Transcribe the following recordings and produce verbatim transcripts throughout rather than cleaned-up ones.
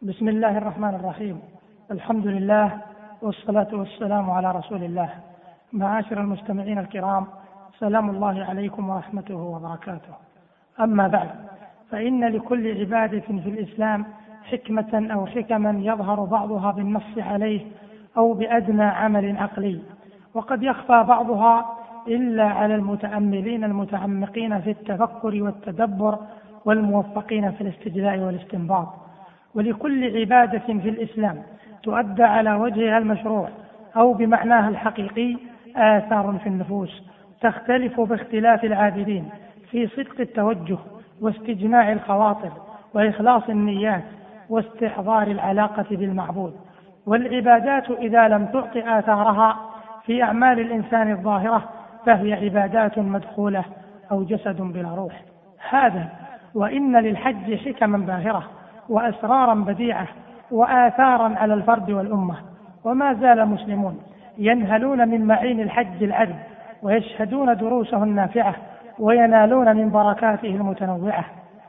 بسم الله الرحمن الرحيم. الحمد لله والصلاة والسلام على رسول الله. معاشر المستمعين الكرام، سلام الله عليكم ورحمته وبركاته. أما بعد، فإن لكل عبادة في الإسلام حكمة أو حكما يظهر بعضها بالنص عليه أو بأدنى عمل عقلي، وقد يخفى بعضها إلا على المتأملين المتعمقين في التفكر والتدبر والموفقين في الاستجلاء والاستنباط. ولكل عبادة في الإسلام تؤدى على وجهها المشروع أو بمعناها الحقيقي آثار في النفوس تختلف باختلاف العابدين في صدق التوجه واستجماع الخواطر وإخلاص النيات واستحضار العلاقة بالمعبود. والعبادات إذا لم تعط آثارها في أعمال الإنسان الظاهرة فهي عبادات مدخولة أو جسد بلا روح. هذا وإن للحج حكما باهرة وأسرارا بديعة وآثارا على الفرد والأمة، وما زال مسلمون ينهلون من معين الحج العذب ويشهدون دروسه النافعة وينالون من بركاته المتنوعة.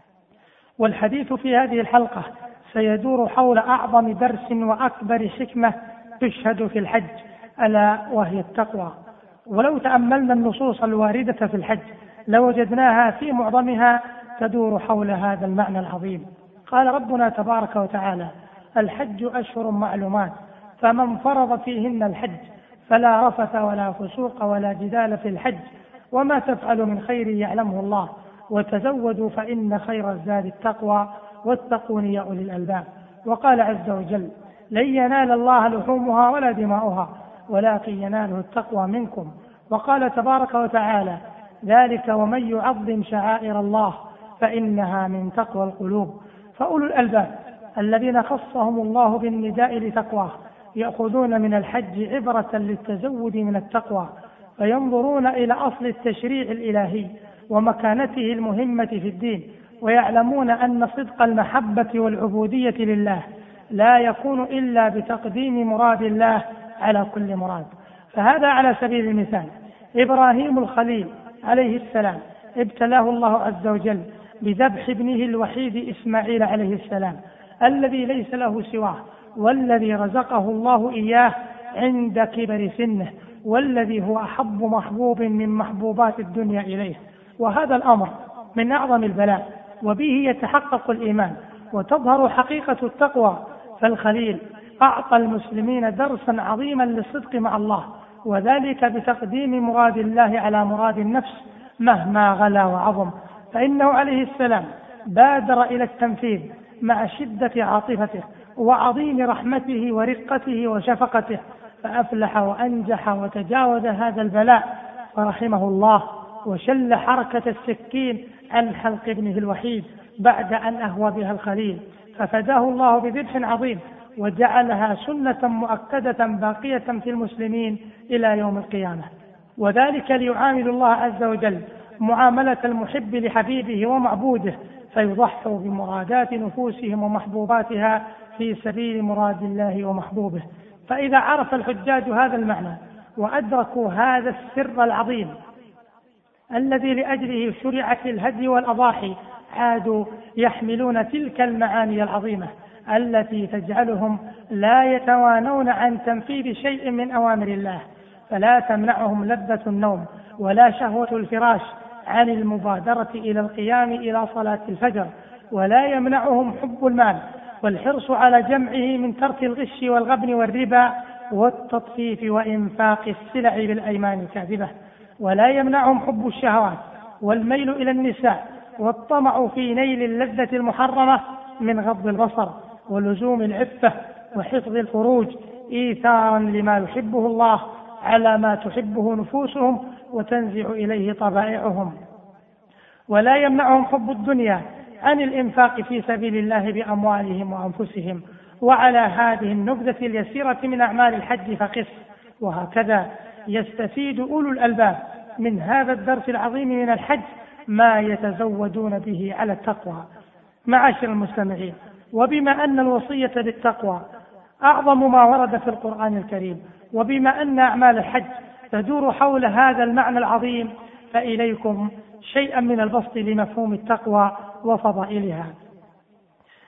والحديث في هذه الحلقة سيدور حول أعظم درس وأكبر حكمة تشهد في الحج، ألا وهي التقوى. ولو تأملنا النصوص الواردة في الحج لوجدناها في معظمها تدور حول هذا المعنى العظيم. قال ربنا تبارك وتعالى: الحج أشهر معلومات، فمن فرض فيهن الحج فلا رفث ولا فسوق ولا جدال في الحج، وما تفعل من خير يعلمه الله، وتزودوا فإن خير الزاد التقوى، واتقون يا أولي الألباب. وقال عز وجل: لن ينال الله لحومها ولا دماؤها ولكن يناله التقوى منكم. وقال تبارك وتعالى: ذلك ومن يعظم شعائر الله فإنها من تقوى القلوب. فأولو الألباب الذين خصهم الله بالنداء لتقواه يأخذون من الحج عبرة للتزود من التقوى، فينظرون إلى أصل التشريع الإلهي ومكانته المهمة في الدين، ويعلمون أن صدق المحبة والعبودية لله لا يكون إلا بتقديم مراد الله على كل مراد. فهذا على سبيل المثال: إبراهيم الخليل عليه السلام ابتلاه الله عز وجل بذبح ابنه الوحيد إسماعيل عليه السلام الذي ليس له سواه، والذي رزقه الله إياه عند كبر سنه، والذي هو أحب محبوب من محبوبات الدنيا إليه. وهذا الأمر من أعظم البلاء، وبه يتحقق الإيمان وتظهر حقيقة التقوى. فالخليل أعطى المسلمين درسا عظيما للصدق مع الله، وذلك بتقديم مراد الله على مراد النفس مهما غلا وعظم. فإنه عليه السلام بادر إلى التنفيذ مع شدة عاطفته وعظيم رحمته ورقته وشفقته، فأفلح وأنجح وتجاوز هذا البلاء فرحمه الله، وشل حركة السكين عن حلق ابنه الوحيد بعد أن أهوى بها الخليل، ففداه الله بذبح عظيم وجعلها سنة مؤكدة باقية في المسلمين إلى يوم القيامة. وذلك ليعامل الله عز وجل معاملة المحب لحبيبه ومعبوده، فيضحوا بمرادات نفوسهم ومحبوباتها في سبيل مراد الله ومحبوبه. فإذا عرف الحجاج هذا المعنى وأدركوا هذا السر العظيم الذي لأجله شرعت الهدي والأضاحي، عادوا يحملون تلك المعاني العظيمة التي تجعلهم لا يتوانون عن تنفيذ شيء من أوامر الله، فلا تمنعهم لذة النوم ولا شهوة الفراش عن المبادرة إلى القيام إلى صلاة الفجر، ولا يمنعهم حب المال والحرص على جمعه من ترك الغش والغبن والربا والتطفيف وإنفاق السلع بالأيمان الكاذبة، ولا يمنعهم حب الشهوات والميل إلى النساء والطمع في نيل اللذة المحرمة من غض البصر ولزوم العفة وحفظ الفروج إيثارا لما يحبه الله على ما تحبه نفوسهم وتنزع إليه طبائعهم. ولا يمنعهم حب الدنيا عن الإنفاق في سبيل الله بأموالهم وأنفسهم. وعلى هذه النبذة اليسيرة من أعمال الحج فقس. وهكذا يستفيد أولو الألباب من هذا الدرس العظيم من الحج ما يتزودون به على التقوى. معاشر المستمعين، وبما أن الوصية بالتقوى أعظم ما ورد في القرآن الكريم، وبما أن أعمال الحج تدور حول هذا المعنى العظيم، فإليكم شيئا من البسط لمفهوم التقوى وفضائلها.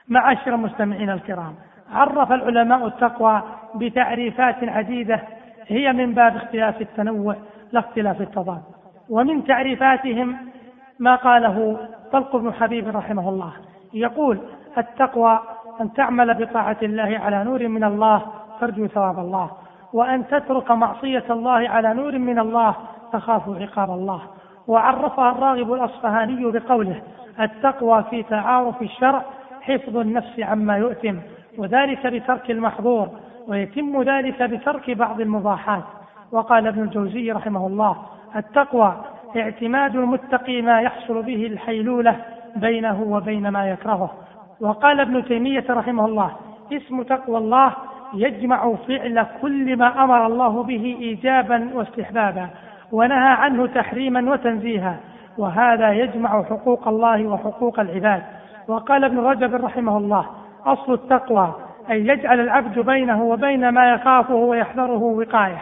معاشر المستمعين الكرام، عرف العلماء التقوى بتعريفات عديدة هي من باب اختلاف التنوع لا اختلاف التضاد. ومن تعريفاتهم ما قاله طلق بن حبيب رحمه الله، يقول: التقوى أن تعمل بطاعة الله على نور من الله ترجو ثواب الله، وأن تترك معصية الله على نور من الله تخاف عقاب الله. وعرفها الراغب الأصفهاني بقوله: التقوى في تعارف الشرع حفظ النفس عما يؤثم، وذلك بترك المحظور، ويتم ذلك بترك بعض المباحات. وقال ابن الجوزي رحمه الله: التقوى اعتماد المتقي ما يحصل به الحيلولة بينه وبين ما يكرهه. وقال ابن تيمية رحمه الله: اسم تقوى الله يجمع فعل كل ما أمر الله به إيجابا واستحبابا، ونهى عنه تحريما وتنزيها، وهذا يجمع حقوق الله وحقوق العباد. وقال ابن رجب رحمه الله: أصل التقوى أن يجعل العبد بينه وبين ما يخافه ويحذره وقاية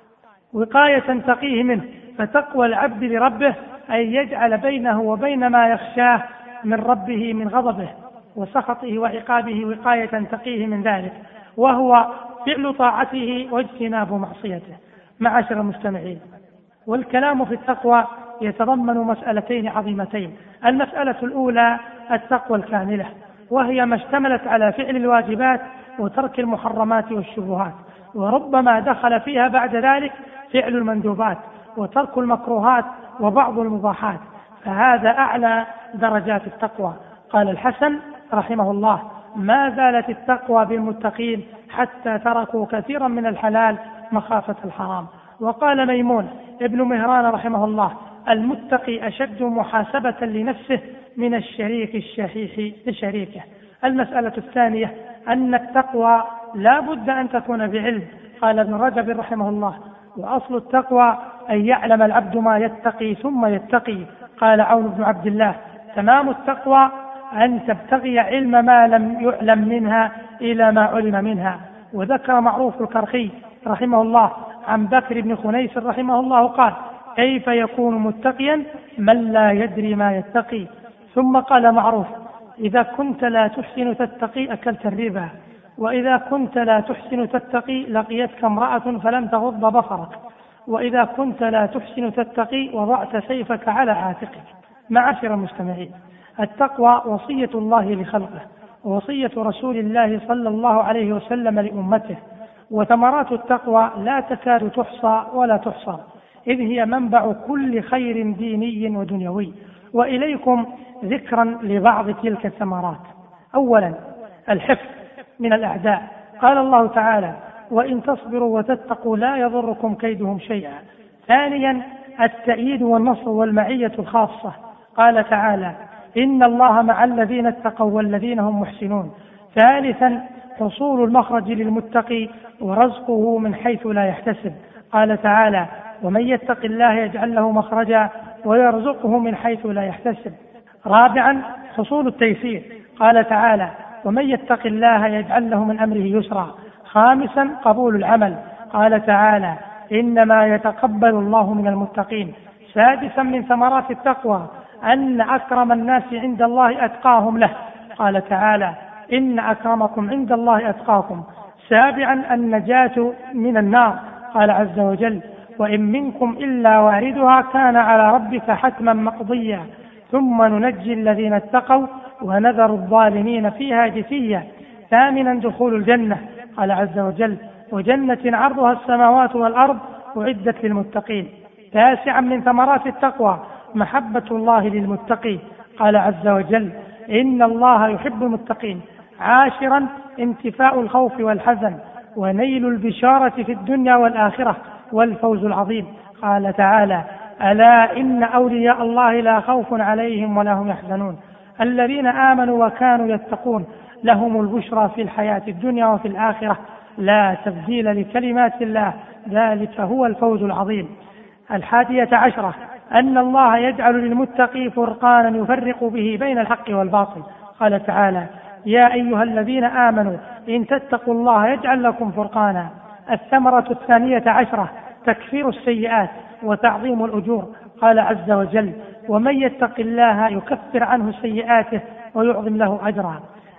وقاية تقيه منه. فتقوى العبد لربه أن يجعل بينه وبين ما يخشاه من ربه من غضبه وسخطه وعقابه وقاية تقيه من ذلك، وهو فعل طاعته واجتناب معصيته. معاشر المستمعين، والكلام في التقوى يتضمن مسألتين عظيمتين. المسألة الأولى التقوى الكاملة، وهي ما اشتملت على فعل الواجبات وترك المحرمات والشبهات، وربما دخل فيها بعد ذلك فعل المندوبات وترك المكروهات وبعض المباحات، فهذا أعلى درجات التقوى. قال الحسن رحمه الله: ما زالت التقوى بالمتقين حتى تركوا كثيرا من الحلال مخافة الحرام. وقال ميمون ابن مهران رحمه الله: المتقي أشد محاسبة لنفسه من الشريك الشحيح لشريكه. المسألة الثانية أن التقوى لا بد أن تكون بعلم. قال ابن رجب رحمه الله: وأصل التقوى أن يعلم العبد ما يتقي ثم يتقي. قال عون بن عبد الله: تمام التقوى أن تبتغي علم ما لم يعلم منها إلى ما علم منها. وذكر معروف الكرخي رحمه الله عن بكر بن خنيس رحمه الله قال: كيف يكون متقيا من لا يدري ما يتقي؟ ثم قال معروف: إذا كنت لا تحسن تتقي أكلت الربا، وإذا كنت لا تحسن تتقي لقيتك امرأة فلم تغض بصرك، وإذا كنت لا تحسن تتقي وضعت سيفك على عاتقك. معاشر المستمعين، التقوى وصية الله لخلقه، ووصية رسول الله صلى الله عليه وسلم لأمته، وثمرات التقوى لا تكاد تحصى ولا تحصى، إذ هي منبع كل خير ديني ودنيوي. وإليكم ذكرا لبعض تلك الثمرات. أولا، الحفظ من الأعداء. قال الله تعالى: وإن تصبروا وتتقوا لا يضركم كيدهم شيئا. ثانيا، التأييد والنصر والمعية الخاصة. قال تعالى: إن الله مع الذين اتقوا والذين هم محسنون. ثالثا، حصول المخرج للمتقي ورزقه من حيث لا يحتسب. قال تعالى: ومن يتق الله يجعل له مخرجا ويرزقه من حيث لا يحتسب. رابعا، حصول التيسير. قال تعالى: ومن يتق الله يجعل له من أمره يسرا. خامسا، قبول العمل. قال تعالى: إنما يتقبل الله من المتقين. سادسا، من ثمرات التقوى أن أكرم الناس عند الله أتقاهم له. قال تعالى: إن أكرمكم عند الله أتقاكم. سابعا، النجاة من النار. قال عز وجل: وإن منكم إلا واردها كان على ربك حتما مقضيا ثم ننجي الذين اتقوا ونذر الظالمين فيها جثيا. ثامنا، دخول الجنة. قال عز وجل: وجنة عرضها السماوات والأرض أعدت للمتقين. تاسعا، من ثمرات التقوى محبة الله للمتقين. قال عز وجل: إن الله يحب المتقين. عاشرا، انتفاء الخوف والحزن ونيل البشارة في الدنيا والآخرة والفوز العظيم. قال تعالى: ألا إن أولياء الله لا خوف عليهم ولا هم يحزنون الذين آمنوا وكانوا يتقون لهم البشرى في الحياة الدنيا وفي الآخرة لا تبديل لكلمات الله ذلك هو الفوز العظيم. الحادية عشرة، أن الله يجعل للمتقي فرقانا يفرق به بين الحق والباطل. قال تعالى: يا أيها الذين آمنوا إن تتقوا الله يجعل لكم فرقانا. الثمرة الثانية عشرة، تكفير السيئات وتعظيم الأجور. قال عز وجل: ومن يتق الله يكفر عنه سيئاته ويعظم له أجرا.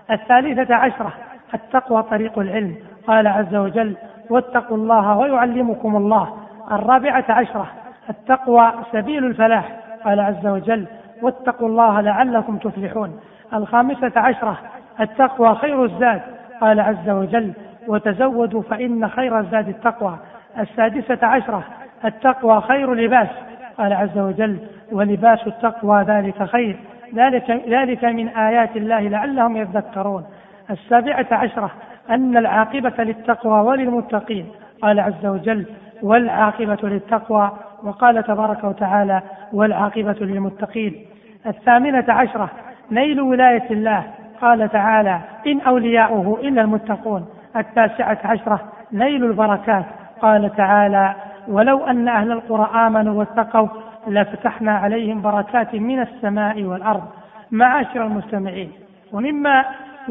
الثالثة عشرة التقوى طريق العلم، قال عز وجل واتقوا الله ويعلمكم الله. الرابعة عشرة التقوى سبيل الفلاح، قال عز وجل واتقوا الله لعلكم تفلحون. الخامسة عشرة التقوى خير الزاد، قال عز وجل وتزودوا فإن خير الزاد التقوى. السادسة عشرة التقوى خير لباس، قال عز وجل ولباس التقوى ذلك خير ذلك, ذلك من آيات الله لعلهم يذكرون. السابعة عشرة أن العاقبة للتقوى وللمتقين، قال عز وجل والعاقبة للتقوى، وقال تبارك وتعالى والعاقبة للمتقين. الثامنة عشرة نيل ولاية الله، قال تعالى إن أولياؤه إلا المتقون. التاسعة عشرة نيل البركات، قال تعالى ولو أن أهل القرى آمنوا واتقوا لفتحنا عليهم بركات من السماء والأرض. معاشر المستمعين، ومما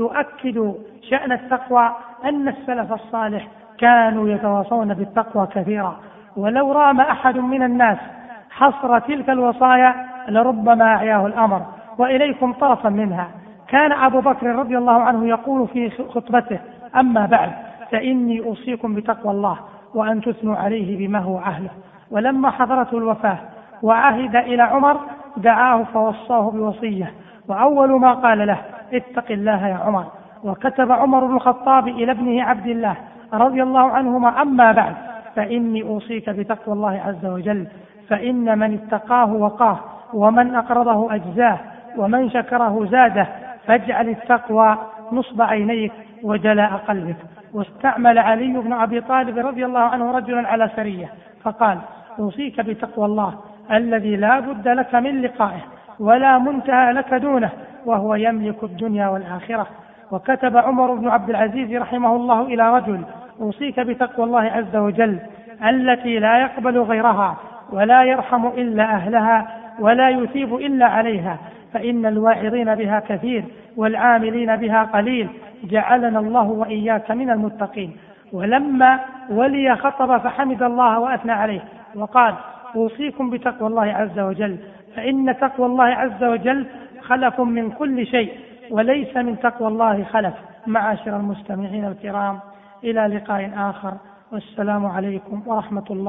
يؤكد شأن التقوى أن السلف الصالح كانوا يتواصون بالتقوى كثيرا، ولو رام أحد من الناس حصر تلك الوصايا لربما أعياه الأمر. وإليكم طرفا منها. كان أبو بكر رضي الله عنه يقول في خطبته أما بعد فإني أوصيكم بتقوى الله وأن تثنوا عليه بما هو أهله. ولما حضرته الوفاة وعهد إلى عمر دعاه فوصاه بوصية، وأول ما قال له اتق الله يا عمر. وكتب عمر بن الخطاب إلى ابنه عبد الله رضي الله عنهما أما بعد فإني أوصيك بتقوى الله عز وجل، فإن من اتقاه وقاه، ومن أقرضه أجزاه، ومن شكره زاده، فاجعل التقوى نصب عينيك وجلاء قلبك. واستعمل علي بن أبي طالب رضي الله عنه رجلا على سرية فقال أوصيك بتقوى الله الذي لا بد لك من لقائه ولا منتهى لك دونه، وهو يملك الدنيا والآخرة. وكتب عمر بن عبد العزيز رحمه الله إلى رجل أوصيك بتقوى الله عز وجل التي لا يقبل غيرها ولا يرحم إلا أهلها ولا يثيب إلا عليها، فإن الواعظين بها كثير والعاملين بها قليل، جعلنا الله وإياك من المتقين. ولما ولي خطب فحمد الله وأثنى عليه وقال أوصيكم بتقوى الله عز وجل، فإن تقوى الله عز وجل خلف من كل شيء وليس من تقوى الله خلف. معاشر المستمعين الكرام، إلى لقاء آخر، والسلام عليكم ورحمة الله.